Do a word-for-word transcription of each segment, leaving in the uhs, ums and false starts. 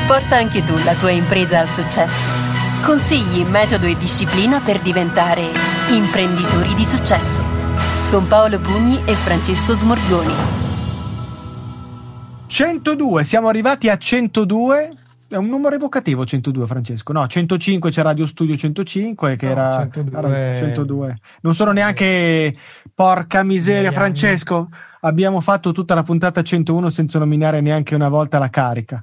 Porta anche tu la tua impresa al successo. Consigli, metodo e disciplina per diventare imprenditori di successo. Con Paolo Pugni e Francesco Smorgoni. centodue, siamo arrivati a centodue. È un numero evocativo centodue, Francesco. No, centocinque c'è Radio Studio centocinque che no, era centodue. Era centodue. Non sono neanche, porca miseria, Francesco. Abbiamo fatto tutta la puntata centouno senza nominare neanche una volta la carica.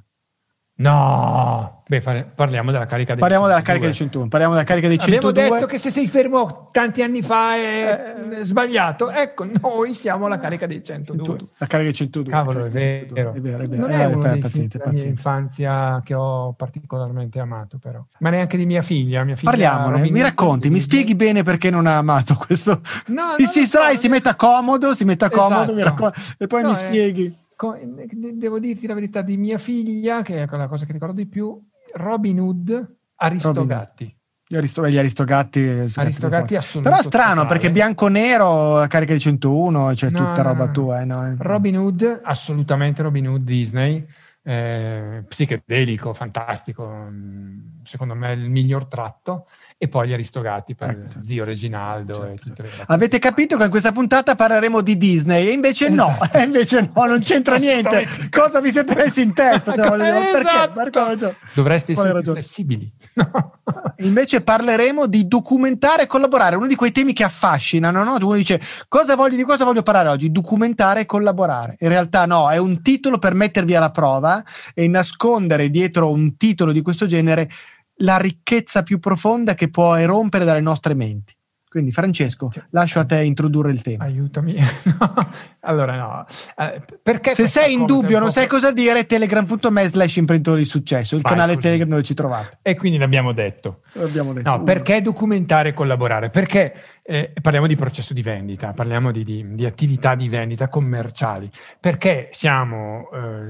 No, beh, parliamo della carica dei parliamo centodue. della carica dei centouno. Parliamo della carica dei centodue. Abbiamo detto che se sei fermo tanti anni fa è eh, sbagliato. Ecco, noi siamo la carica dei centodue. La carica dei centodue. Cavolo, è vero. È vero, è vero. Non eh, è uno per, dei paziente, film della mia infanzia che ho particolarmente amato, però. Ma neanche di mia figlia. Mia figlia Parliamone, Robin mi racconti, mi spieghi bene perché non ha amato questo. No, no, si distrae, no, si metta comodo, si metta comodo, esatto. Mi raccomando, e poi no, mi spieghi. È... Devo dirti la verità di mia figlia, che è la cosa che ricordo di più, Robin Hood, Aristogatti. Gli, Aristo- gli Aristogatti, Aristogatti assolutamente. Però è strano totale. Perché bianco-nero, la carica di centouno, cioè no, tutta no, roba no. tua. Eh, no, eh. Robin Hood, assolutamente Robin Hood Disney, eh, psichedelico, fantastico, secondo me il miglior tratto. E poi gli Aristogatti per ecco, zio Reginaldo. Certo, e certo. Tutte le Avete capito che in questa puntata parleremo di Disney e invece esatto. no, invece no, non c'entra niente. Cosa vi siete messi in testa? Cioè, voglio dire, esatto. perché? perché? Dovreste essere più flessibili. No. Invece parleremo di documentare e collaborare, uno di quei temi che affascinano, no? Uno dice, cosa voglio, di cosa voglio parlare oggi? Documentare e collaborare. In realtà no, è un titolo per mettervi alla prova e nascondere dietro un titolo di questo genere la ricchezza più profonda che può erompere dalle nostre menti. Quindi Francesco, lascio a te introdurre il tema. Aiutami. No. Allora no, eh, perché se sei in dubbio, non sai cosa dire, telegram punto me slash imprenditori di successo, il Vai canale così. Telegram dove ci trovate. E quindi l'abbiamo detto. L'abbiamo detto. No, perché documentare e collaborare? Perché eh, parliamo di processo di vendita, parliamo di, di, di attività di vendita commerciali, perché siamo eh,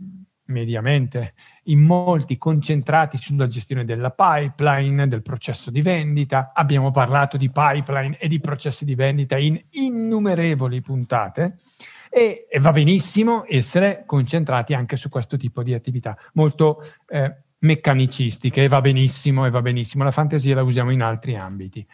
mediamente in molti concentrati sulla gestione della pipeline, del processo di vendita. Abbiamo parlato di pipeline e di processi di vendita in innumerevoli puntate e, e va benissimo essere concentrati anche su questo tipo di attività molto eh, meccanicistiche, e va benissimo, e va benissimo. La fantasia la usiamo in altri ambiti.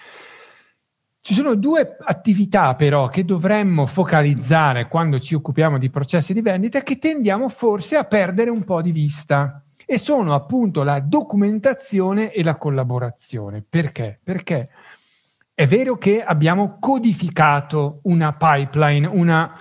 Ci sono due attività però che dovremmo focalizzare quando ci occupiamo di processi di vendita che tendiamo forse a perdere un po' di vista e sono appunto la documentazione e la collaborazione. Perché? Perché è vero che abbiamo codificato una pipeline, una,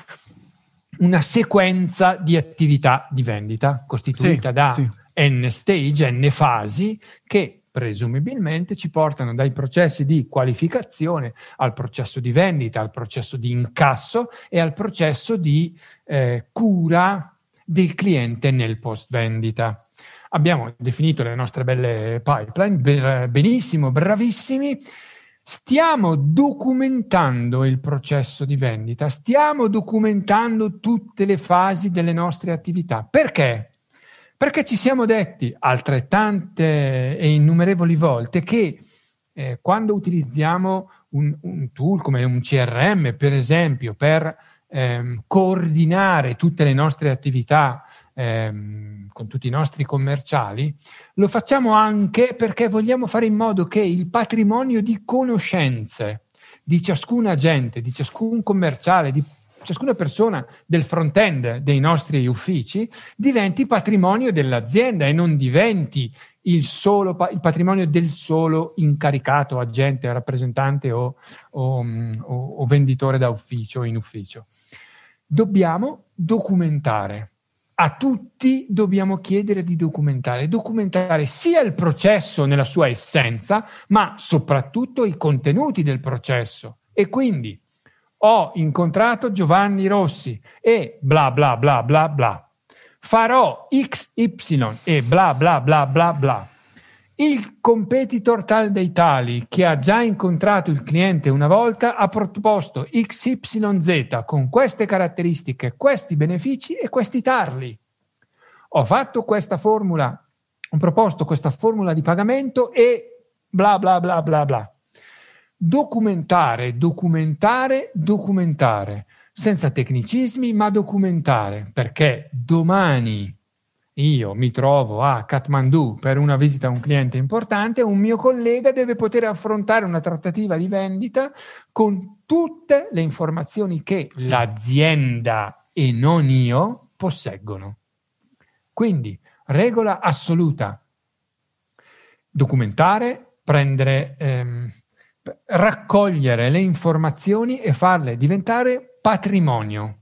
una sequenza di attività di vendita costituita sì, da sì. n stage, n fasi che presumibilmente ci portano dai processi di qualificazione al processo di vendita, al processo di incasso e al processo di eh, cura del cliente nel post vendita. Abbiamo definito le nostre belle pipeline, benissimo, bravissimi. Stiamo documentando il processo di vendita, stiamo documentando tutte le fasi delle nostre attività. Perché? Perché ci siamo detti altrettante e innumerevoli volte che eh, quando utilizziamo un, un tool come un C R M, per esempio, per ehm, coordinare tutte le nostre attività ehm, con tutti i nostri commerciali, lo facciamo anche perché vogliamo fare in modo che il patrimonio di conoscenze di ciascun agente, di ciascun commerciale, di ciascuna persona del front-end dei nostri uffici diventi patrimonio dell'azienda e non diventi il, solo, il patrimonio del solo incaricato, agente, rappresentante o, o, o, o venditore da ufficio o in ufficio. Dobbiamo documentare. A tutti dobbiamo chiedere di documentare. Documentare sia il processo nella sua essenza, ma soprattutto i contenuti del processo. E quindi ho incontrato Giovanni Rossi e bla bla bla bla bla. Farò X Y e bla bla bla bla bla. Il competitor tal dei tali che ha già incontrato il cliente una volta ha proposto X Y Z con queste caratteristiche, questi benefici e questi tarli. Ho fatto questa formula, ho proposto questa formula di pagamento e bla bla bla bla bla. Documentare, documentare, documentare, senza tecnicismi, ma documentare, perché domani io mi trovo a Kathmandu per una visita a un cliente importante, un mio collega deve poter affrontare una trattativa di vendita con tutte le informazioni che l'azienda e non io posseggono. Quindi, regola assoluta: documentare, prendere, ehm, raccogliere le informazioni e farle diventare patrimonio.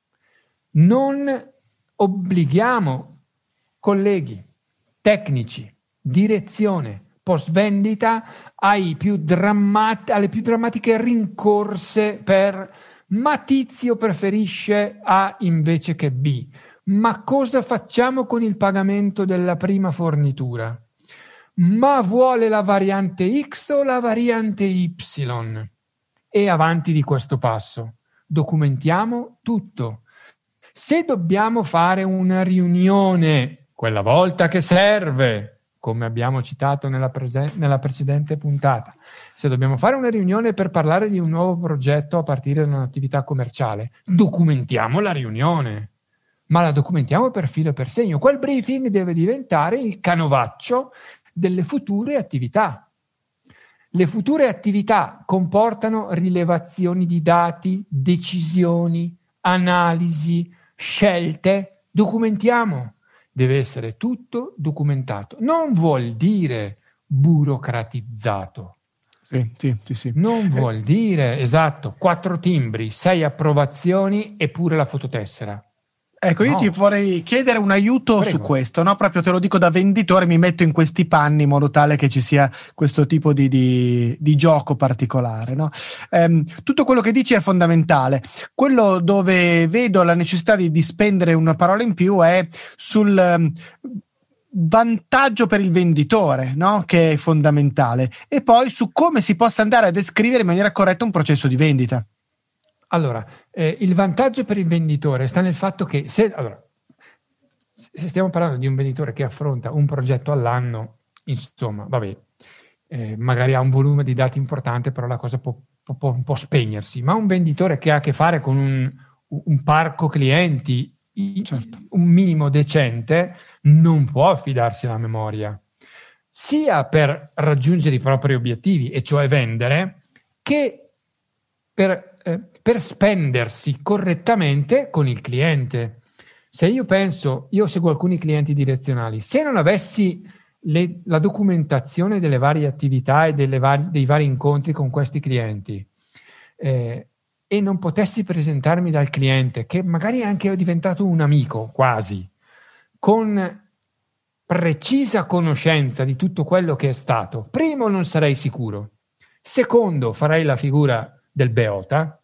Non obblighiamo colleghi, tecnici, direzione, post vendita ai più drammat- alle più drammatiche rincorse per ma Tizio preferisce A invece che B. Ma cosa facciamo con il pagamento della prima fornitura? Ma vuole la variante X o la variante Y? E avanti di questo passo. Documentiamo tutto. Se dobbiamo fare una riunione, quella volta che serve, come abbiamo citato nella, prese- nella precedente puntata, se dobbiamo fare una riunione per parlare di un nuovo progetto a partire da un'attività commerciale, documentiamo la riunione, ma la documentiamo per filo e per segno. Quel briefing deve diventare il canovaccio delle future attività. Le future attività comportano rilevazioni di dati, decisioni, analisi, scelte. Documentiamo. Deve essere tutto documentato. Non vuol dire burocratizzato. Sì, sì, sì, sì. Non vuol dire, esatto, quattro timbri, sei approvazioni e pure la fototessera. Ecco, io No. ti vorrei chiedere un aiuto Prego. su questo, no? Proprio te lo dico da venditore, mi metto in questi panni in modo tale che ci sia questo tipo di, di, di gioco particolare, no? Ehm, tutto quello che dici è fondamentale. Quello dove vedo la necessità di, di spendere una parola in più è sul um, vantaggio per il venditore, no? Che è fondamentale, e poi su come si possa andare a descrivere in maniera corretta un processo di vendita. Allora, eh, il vantaggio per il venditore sta nel fatto che se, allora, se stiamo parlando di un venditore che affronta un progetto all'anno, insomma, vabbè, eh, magari ha un volume di dati importante, però la cosa può, può un po' spegnersi. Ma un venditore che ha a che fare con un, un parco clienti, Certo. un minimo decente, non può affidarsi alla memoria, sia per raggiungere i propri obiettivi, e cioè vendere, che per Eh, per spendersi correttamente con il cliente. Se io penso, io seguo alcuni clienti direzionali, se non avessi le, la documentazione delle varie attività e delle vari, dei vari incontri con questi clienti eh, e non potessi presentarmi dal cliente, che magari è anche diventato un amico quasi, con precisa conoscenza di tutto quello che è stato, primo non sarei sicuro, secondo farei la figura del beota,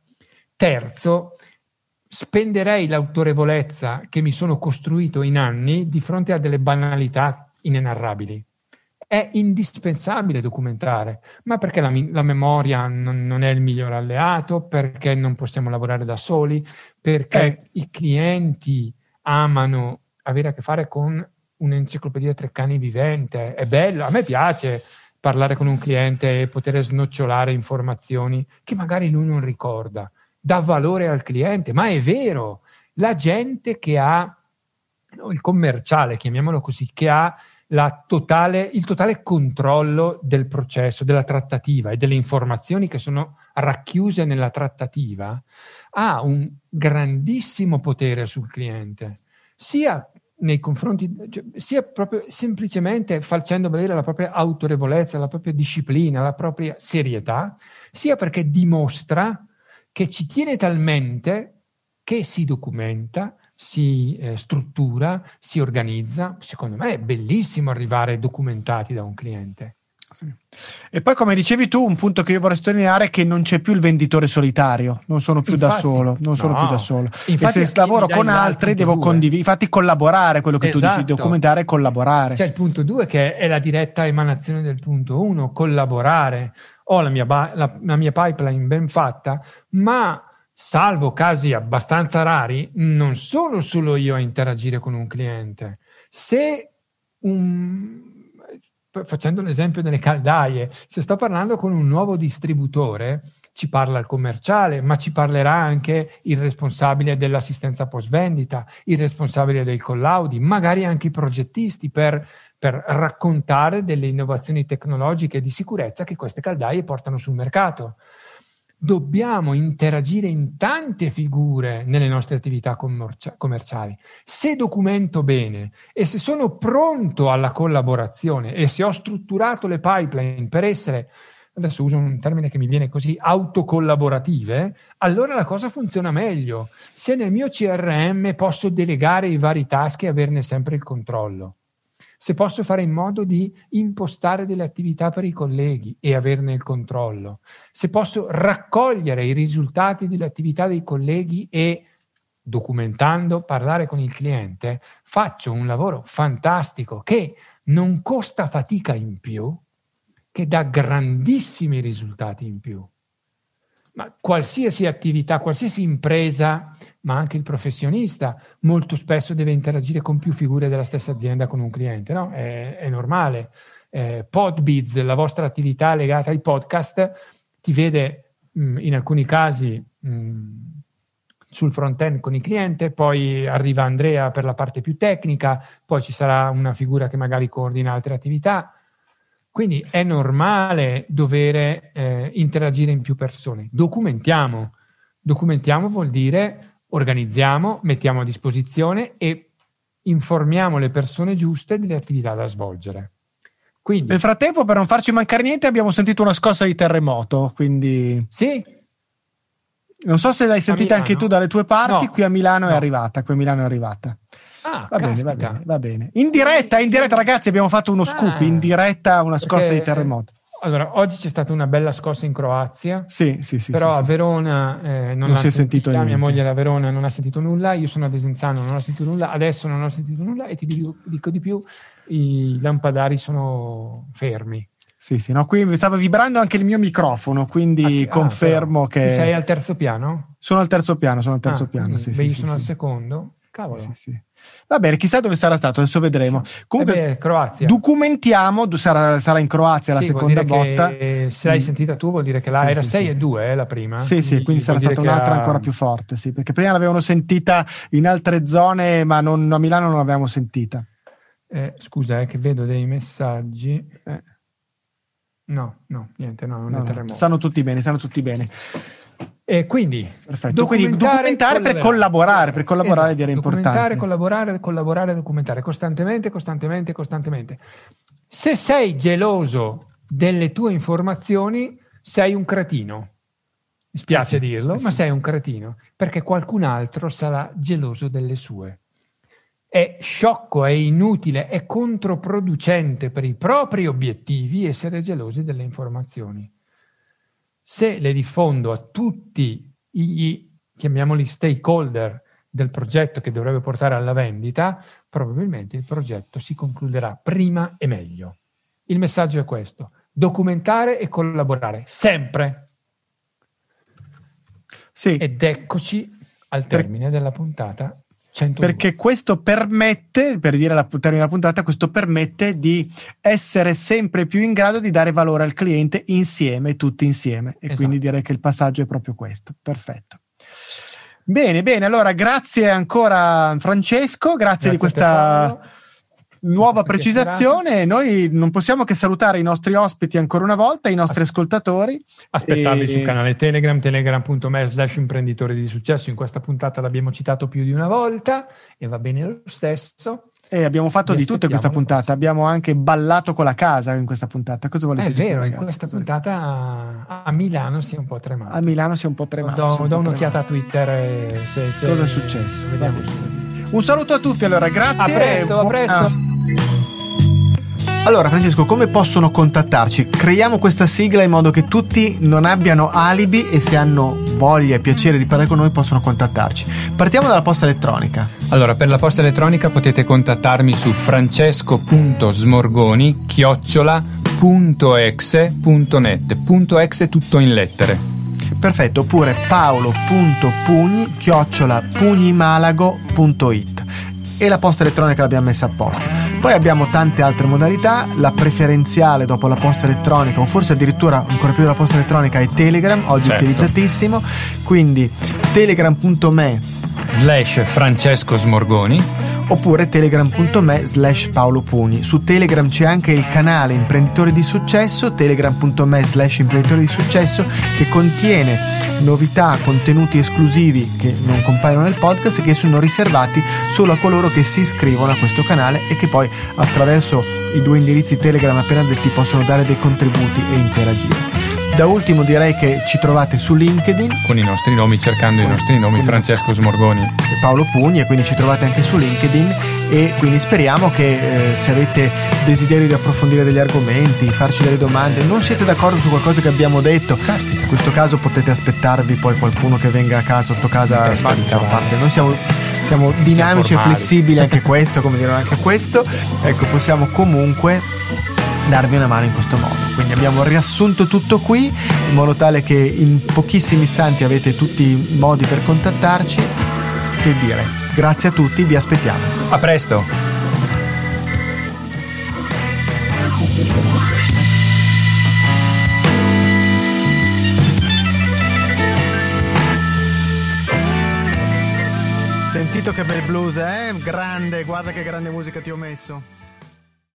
terzo spenderei l'autorevolezza che mi sono costruito in anni di fronte a delle banalità inenarrabili. È indispensabile documentare, ma perché la, la memoria non, non è il miglior alleato, perché non possiamo lavorare da soli, perché Eh. i clienti amano avere a che fare con un'enciclopedia Treccani vivente. È bello, a me piace parlare con un cliente e poter snocciolare informazioni che magari lui non ricorda, dà valore al cliente, ma è vero, la gente che ha, no, il commerciale, chiamiamolo così, che ha la totale, il totale controllo del processo, della trattativa e delle informazioni che sono racchiuse nella trattativa, ha un grandissimo potere sul cliente, sia nei confronti, cioè, sia proprio semplicemente facendo vedere la propria autorevolezza, la propria disciplina, la propria serietà, sia perché dimostra che ci tiene talmente che si documenta, si eh, struttura, si organizza. Secondo me è bellissimo arrivare documentati da un cliente. Sì. E poi, come dicevi tu, un punto che io vorrei sottolineare è che non c'è più il venditore solitario, non sono più Infatti, da solo, non sono no. più da solo. Infatti, e se lavoro con altri devo condividere, infatti collaborare, quello che Esatto. tu dici, documentare e collaborare. C'è il punto due che è la diretta emanazione del punto uno, collaborare. Ho la mia, ba- la, la mia pipeline ben fatta, ma salvo casi abbastanza rari, non sono solo io a interagire con un cliente. Se un facendo l'esempio delle caldaie, se sto parlando con un nuovo distributore, ci parla il commerciale, ma ci parlerà anche il responsabile dell'assistenza post vendita, il responsabile dei collaudi, magari anche i progettisti per, per raccontare delle innovazioni tecnologiche di sicurezza che queste caldaie portano sul mercato. Dobbiamo interagire in tante figure nelle nostre attività commercia- commerciali. Se documento bene e se sono pronto alla collaborazione e se ho strutturato le pipeline per essere, adesso uso un termine che mi viene così, autocollaborative, allora la cosa funziona meglio. Se nel mio C R M posso delegare i vari task e averne sempre il controllo, se posso fare in modo di impostare delle attività per i colleghi e averne il controllo, se posso raccogliere i risultati delle attività dei colleghi e, documentando, parlare con il cliente, faccio un lavoro fantastico che non costa fatica in più, che dà grandissimi risultati in più. Ma qualsiasi attività, qualsiasi impresa, ma anche il professionista, molto spesso deve interagire con più figure della stessa azienda con un cliente, no? È, è normale. Eh, Podbiz, la vostra attività legata ai podcast, ti vede mh, in alcuni casi mh, sul front-end con il cliente, poi arriva Andrea per la parte più tecnica, poi ci sarà una figura che magari coordina altre attività. Quindi è normale dover eh, interagire in più persone. Documentiamo. Documentiamo vuol dire organizziamo, mettiamo a disposizione e informiamo le persone giuste delle attività da svolgere. Quindi, nel frattempo, per non farci mancare niente, abbiamo sentito una scossa di terremoto, quindi... Sì. Non so se l'hai sentita anche tu dalle tue parti, no, qui a Milano no. è arrivata, qui a Milano è arrivata. Ah, va bene, va bene, va bene. In diretta, in diretta, ragazzi, abbiamo fatto uno scoop, ah, in diretta una scossa perché, di terremoto. Allora, oggi c'è stata una bella scossa in Croazia. Sì, sì, sì. Però sì, a sì. Verona eh, non, non ha si è sentito niente. Mia moglie da Verona non ha sentito nulla, io sono a Desenzano, non ho sentito nulla, adesso non ho sentito nulla e ti dico, dico di più, i lampadari sono fermi. Sì, sì, no, qui stava vibrando anche il mio microfono, quindi ah, confermo ah, che... Tu sei al terzo piano? Sono al terzo piano, sono al terzo ah, piano, sì, beh, sì, io sì, sono sì. al secondo. Cavolo. Sì, sì. Va bene, chissà dove sarà stato, adesso vedremo. Comunque, eh beh, Croazia. Documentiamo, sarà, sarà in Croazia la sì, seconda botta. Che, se l'hai sentita tu vuol dire che là sì, era sì, sei sì. e due eh, la prima. Sì, sì, quindi sarà stata un'altra ha... ancora più forte, sì, perché prima l'avevano sentita in altre zone, ma non, a Milano non l'avevamo sentita. Eh, scusa, è che vedo dei messaggi. Eh. No, no, niente, no, non no, è terremoto. Stanno tutti bene, stanno tutti bene. E quindi, perfetto. Documentare, quindi documentare per collaborare, per collaborare esatto, direi importante. Documentare, collaborare, collaborare, documentare costantemente, costantemente, costantemente. Se sei geloso delle tue informazioni, sei un cretino. Mi spiace eh sì, dirlo, eh ma sì. sei un cretino, perché qualcun altro sarà geloso delle sue. È sciocco, è inutile, è controproducente per i propri obiettivi essere gelosi delle informazioni. Se le diffondo a tutti gli, chiamiamoli stakeholder del progetto che dovrebbe portare alla vendita, probabilmente il progetto si concluderà prima e meglio. Il messaggio è questo: documentare e collaborare, sempre. Sì. Ed eccoci al termine per... della puntata. centodue. Perché questo permette, per dire la termine della puntata, questo permette di essere sempre più in grado di dare valore al cliente insieme, tutti insieme. E esatto. Quindi direi che il passaggio è proprio questo. Perfetto. Bene, bene. Allora, grazie ancora Francesco, grazie, grazie di questa nuova precisazione. Noi non possiamo che salutare i nostri ospiti ancora una volta, i nostri As- ascoltatori. Aspettarvi e... sul canale Telegram, telegram.me slash imprenditori di successo. In questa puntata l'abbiamo citato più di una volta e va bene lo stesso. E abbiamo fatto Vi di tutto in questa puntata, cosa. Abbiamo anche ballato con la casa in questa puntata. Cosa volete È dire? vero, ragazzi? in questa puntata a, a Milano si è un po' tremato. A Milano si è un po' tremato. Do, un do po' un'occhiata tremato. a Twitter e se, se cosa è successo. Vediamo. Un saluto a tutti, allora, grazie. A presto, a presto. Ah. Allora Francesco, come possono contattarci? Creiamo questa sigla in modo che tutti non abbiano alibi e se hanno voglia e piacere di parlare con noi possono contattarci. Partiamo dalla posta elettronica. Allora, per la posta elettronica potete contattarmi su francesco punto smorgoni chiocciola punto exe punto net. Punto exe tutto in lettere. Perfetto, oppure paolo punto pugni chiocciola pugnimalago punto it. e la posta elettronica l'abbiamo messa apposta. Poi abbiamo tante altre modalità, la preferenziale dopo la posta elettronica, o forse addirittura ancora più della posta elettronica, è Telegram, oggi certo. utilizzatissimo, quindi telegram punto me slash Francesco Smorgoni oppure telegram punto me slash Paolo Pugni. Su Telegram c'è anche il canale Imprenditori di Successo, telegram punto me slash Imprenditori di Successo, che contiene novità, contenuti esclusivi che non compaiono nel podcast e che sono riservati solo a coloro che si iscrivono a questo canale e che poi attraverso i due indirizzi Telegram appena detti possono dare dei contributi e interagire. Da ultimo direi che ci trovate su LinkedIn con i nostri nomi, cercando i nostri nomi, Francesco Smorgoni e Paolo Pugni, e quindi ci trovate anche su LinkedIn, e quindi speriamo che eh, se avete desiderio di approfondire degli argomenti, farci delle domande, non siete d'accordo su qualcosa che abbiamo detto, Caspita. in questo caso potete aspettarvi poi qualcuno che venga a casa sotto casa, Testa di diciamo, a cavallo. parte noi siamo siamo dinamici e formali. flessibili, anche questo, come dire anche questo, ecco, possiamo comunque darvi una mano in questo modo. Quindi abbiamo riassunto tutto qui in modo tale che in pochissimi istanti avete tutti i modi per contattarci. Che dire, grazie a tutti, vi aspettiamo. A presto. Sentito che bel blues, eh? Grande, guarda che grande musica ti ho messo.